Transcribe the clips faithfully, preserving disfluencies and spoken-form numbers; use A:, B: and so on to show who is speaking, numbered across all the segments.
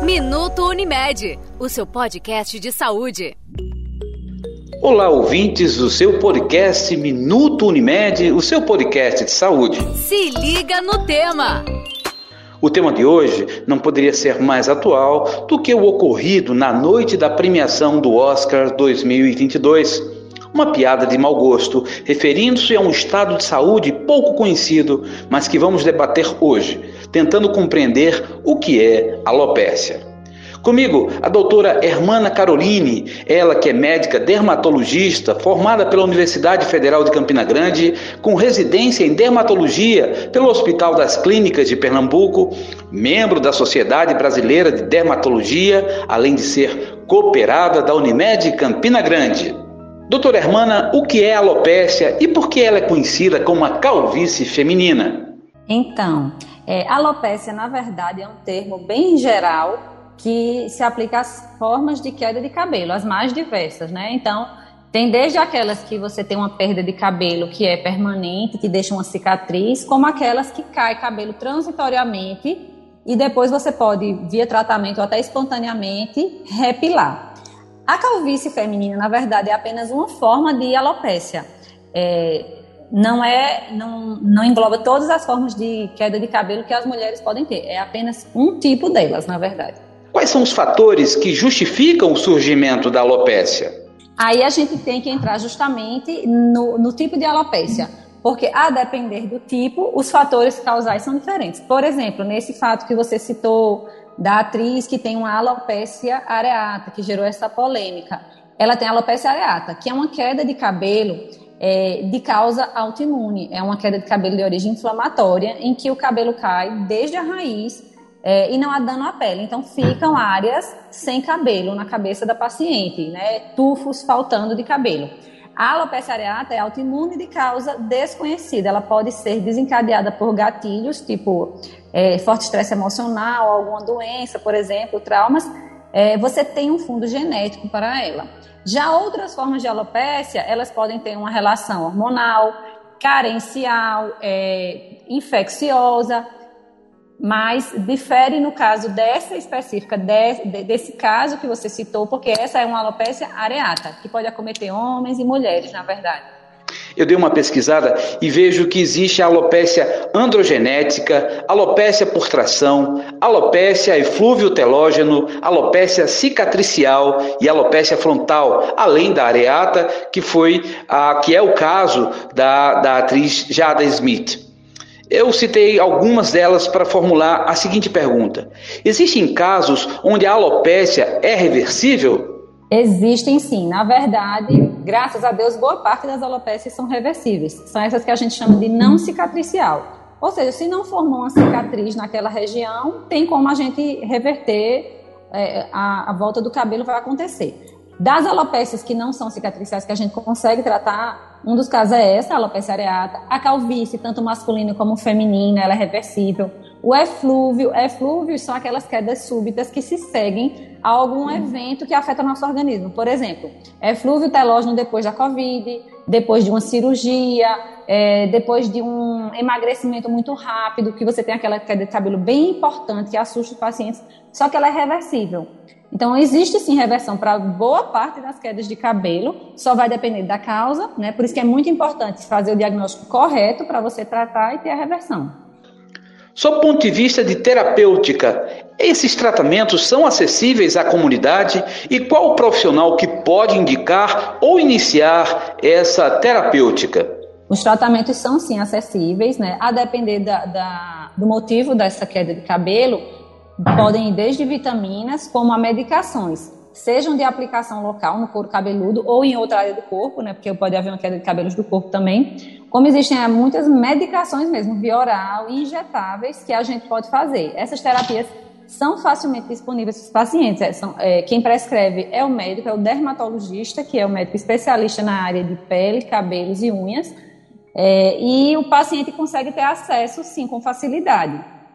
A: Minuto Unimed, o seu podcast de saúde.
B: Olá, ouvintes do seu podcast Minuto Unimed, o seu podcast de saúde.
A: Se liga no tema.
B: O tema de hoje não poderia ser mais atual do que o ocorrido na noite da premiação do Oscar dois mil e vinte e dois. Uma piada de mau gosto, referindo-se a um estado de saúde pouco conhecido, mas que vamos debater hoje, tentando compreender o que é alopécia. Comigo, a doutora Hermana Caroline, ela que é médica dermatologista, formada pela Universidade Federal de Campina Grande, com residência em dermatologia pelo Hospital das Clínicas de Pernambuco, membro da Sociedade Brasileira de Dermatologia, além de ser cooperada da Unimed Campina Grande. Doutora Hermana, o que é alopécia e por que ela é conhecida como a calvície feminina?
C: Então, é, alopécia, na verdade, é um termo bem geral que se aplica às formas de queda de cabelo, as mais diversas, né? Então, tem desde aquelas que você tem uma perda de cabelo que é permanente, que deixa uma cicatriz, como aquelas que cai cabelo transitoriamente e depois você pode, via tratamento ou até espontaneamente, repilar. A calvície feminina, na verdade, é apenas uma forma de alopécia. É, não, é, não, não engloba todas as formas de queda de cabelo que as mulheres podem ter. É apenas um tipo delas, na verdade.
B: Quais são os fatores que justificam o surgimento da alopécia?
C: Aí a gente tem que entrar justamente no, no tipo de alopécia, porque a depender do tipo, os fatores causais são diferentes. Por exemplo, nesse fato que você citou da atriz que tem uma alopécia areata, que gerou essa polêmica, ela tem alopécia areata, que é uma queda de cabelo é, de causa autoimune, é uma queda de cabelo de origem inflamatória, em que o cabelo cai desde a raiz, É, e não há dano à pele, então ficam áreas sem cabelo na cabeça da paciente, né? Tufos faltando de cabelo. A alopécia areata é autoimune de causa desconhecida, ela pode ser desencadeada por gatilhos, tipo é, forte estresse emocional, alguma doença, por exemplo, traumas, é, você tem um fundo genético para ela. Já outras formas de alopécia, elas podem ter uma relação hormonal, carencial, é, infecciosa, mas difere no caso dessa específica, de, de, desse caso que você citou, porque essa é uma alopécia areata, que pode acometer homens e mulheres, na verdade.
B: Eu dei uma pesquisada e vejo que existe a alopécia androgenética, alopécia por tração, alopécia eflúvio telógeno, alopécia cicatricial e alopécia frontal, além da areata, que, foi a, que é o caso da, da atriz Jada Smith. Eu citei algumas delas para formular a seguinte pergunta: existem casos onde a alopécia é reversível?
C: Existem sim. Na verdade, graças a Deus, boa parte das alopécias são reversíveis. São essas que a gente chama de não cicatricial. Ou seja, se não formou uma cicatriz naquela região, tem como a gente reverter, é, a, a volta do cabelo vai acontecer. Das alopécias que não são cicatriciais, que a gente consegue tratar, um dos casos é essa, a alopécia areata. A calvície, tanto masculina como feminina, ela é reversível. O eflúvio, eflúvios são aquelas quedas súbitas que se seguem a algum evento que afeta o nosso organismo. Por exemplo, eflúvio telógeno depois da Covid, depois de uma cirurgia, é, depois de um emagrecimento muito rápido, que você tem aquela queda de cabelo bem importante que assusta os pacientes, só que ela é reversível. Então, existe sim reversão para boa parte das quedas de cabelo, só vai depender da causa, né? Por isso que é muito importante fazer o diagnóstico correto para você tratar e ter a reversão.
B: Sob o ponto de vista de terapêutica, esses tratamentos são acessíveis à comunidade e qual o profissional que pode indicar ou iniciar essa terapêutica?
C: Os tratamentos são sim acessíveis, né? A depender da, da, do motivo dessa queda de cabelo, podem ir desde vitaminas como a medicações, sejam de aplicação local no couro cabeludo ou em outra área do corpo, né, porque pode haver uma queda de cabelos do corpo também, como existem é, muitas medicações mesmo, via oral e injetáveis, que a gente pode fazer. Essas terapias são facilmente disponíveis para os pacientes. É, são, é, quem prescreve é o médico, é o dermatologista, que é o médico especialista na área de pele, cabelos e unhas, é, e o paciente consegue ter acesso, sim, com facilidade.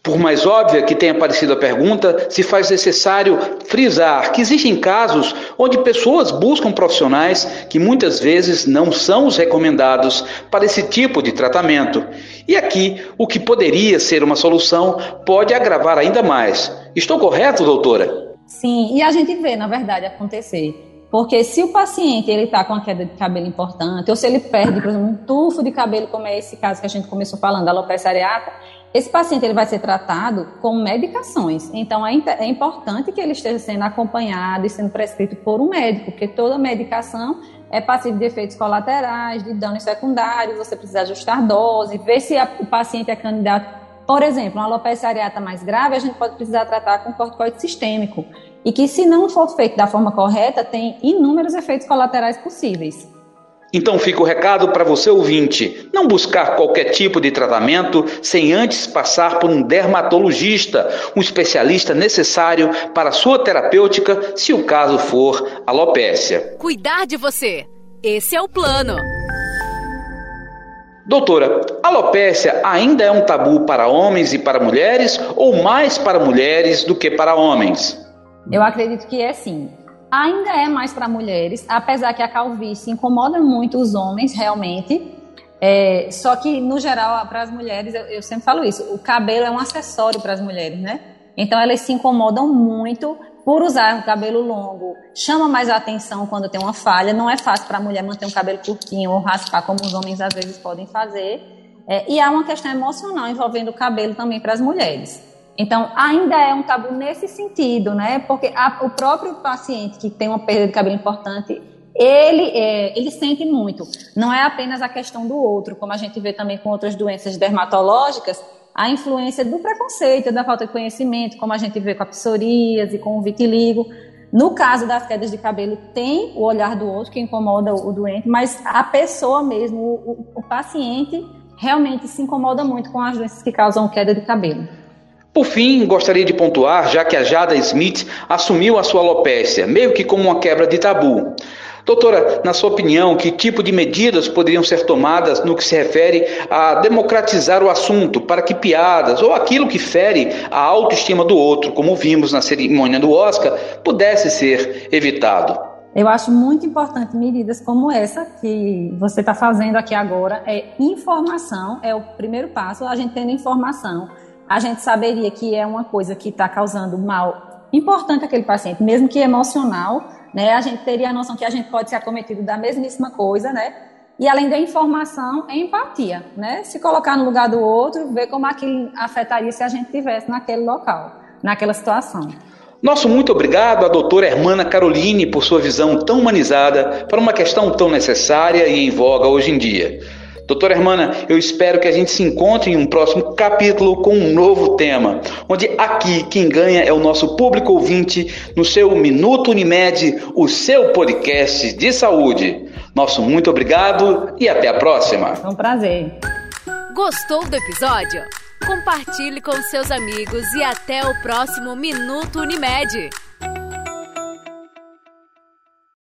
B: Por mais óbvia que tenha parecido a pergunta, se faz necessário frisar que existem casos onde pessoas buscam profissionais que muitas vezes não são os recomendados para esse tipo de tratamento. E aqui, o que poderia ser uma solução pode agravar ainda mais. Estou correto, doutora?
C: Sim, e a gente vê, na verdade, acontecer. Porque se o paciente está com uma queda de cabelo importante, ou se ele perde, por exemplo, um tufo de cabelo, como é esse caso que a gente começou falando, da alopecia areata, esse paciente ele vai ser tratado com medicações. Então, é, é importante que ele esteja sendo acompanhado e sendo prescrito por um médico, porque toda medicação é passível de efeitos colaterais, de danos secundários, você precisa ajustar dose, ver se a, o paciente é candidato. Por exemplo, uma alopecia areata mais grave, a gente pode precisar tratar com corticoide sistêmico. E que, se não for feito da forma correta, tem inúmeros efeitos colaterais possíveis.
B: Então fica o recado para você ouvinte, não buscar qualquer tipo de tratamento sem antes passar por um dermatologista, um especialista necessário para a sua terapêutica, se o caso for alopécia.
A: Cuidar de você, esse é o plano.
B: Doutora, a alopécia ainda é um tabu para homens e para mulheres ou mais para mulheres do que para homens?
C: Eu acredito que é sim. Ainda é mais para mulheres, apesar que a calvície incomoda muito os homens, realmente. É, só que, no geral, para as mulheres, eu, eu sempre falo isso, o cabelo é um acessório para as mulheres, né? Então, elas se incomodam muito por usar o cabelo longo. Chama mais a atenção quando tem uma falha. Não é fácil para a mulher manter um cabelo curtinho ou raspar, como os homens, às vezes, podem fazer. É, e há uma questão emocional envolvendo o cabelo também para as mulheres. Então, ainda é um tabu nesse sentido, né? Porque a, o próprio paciente que tem uma perda de cabelo importante, ele, é, ele sente muito. Não é apenas a questão do outro, como a gente vê também com outras doenças dermatológicas, a influência do preconceito, da falta de conhecimento, como a gente vê com a psoríase, com o vitiligo. No caso das quedas de cabelo, tem o olhar do outro que incomoda o doente, mas a pessoa mesmo, o, o, o paciente, realmente se incomoda muito com as doenças que causam queda de cabelo.
B: Por fim, gostaria de pontuar, já que a Jada Smith assumiu a sua alopécia, meio que como uma quebra de tabu. Doutora, na sua opinião, que tipo de medidas poderiam ser tomadas no que se refere a democratizar o assunto para que piadas ou aquilo que fere a autoestima do outro, como vimos na cerimônia do Oscar, pudesse ser evitado?
C: Eu acho muito importante medidas como essa que você está fazendo aqui agora. É informação, é o primeiro passo, a gente tendo informação. A gente saberia que é uma coisa que está causando mal importante àquele paciente, mesmo que emocional, né? A gente teria a noção que a gente pode ser acometido da mesmíssima coisa, né? E além da informação, é empatia, né? Se colocar no lugar do outro, ver como aquilo afetaria se a gente estivesse naquele local, naquela situação.
B: Nosso muito obrigado à doutora Hermana Caroline por sua visão tão humanizada para uma questão tão necessária e em voga hoje em dia. Doutora Hermana, eu espero que a gente se encontre em um próximo capítulo com um novo tema, onde aqui quem ganha é o nosso público ouvinte no seu Minuto Unimed, o seu podcast de saúde. Nosso muito obrigado e até a próxima.
C: É um prazer.
A: Gostou do episódio? Compartilhe com seus amigos e até o próximo Minuto Unimed.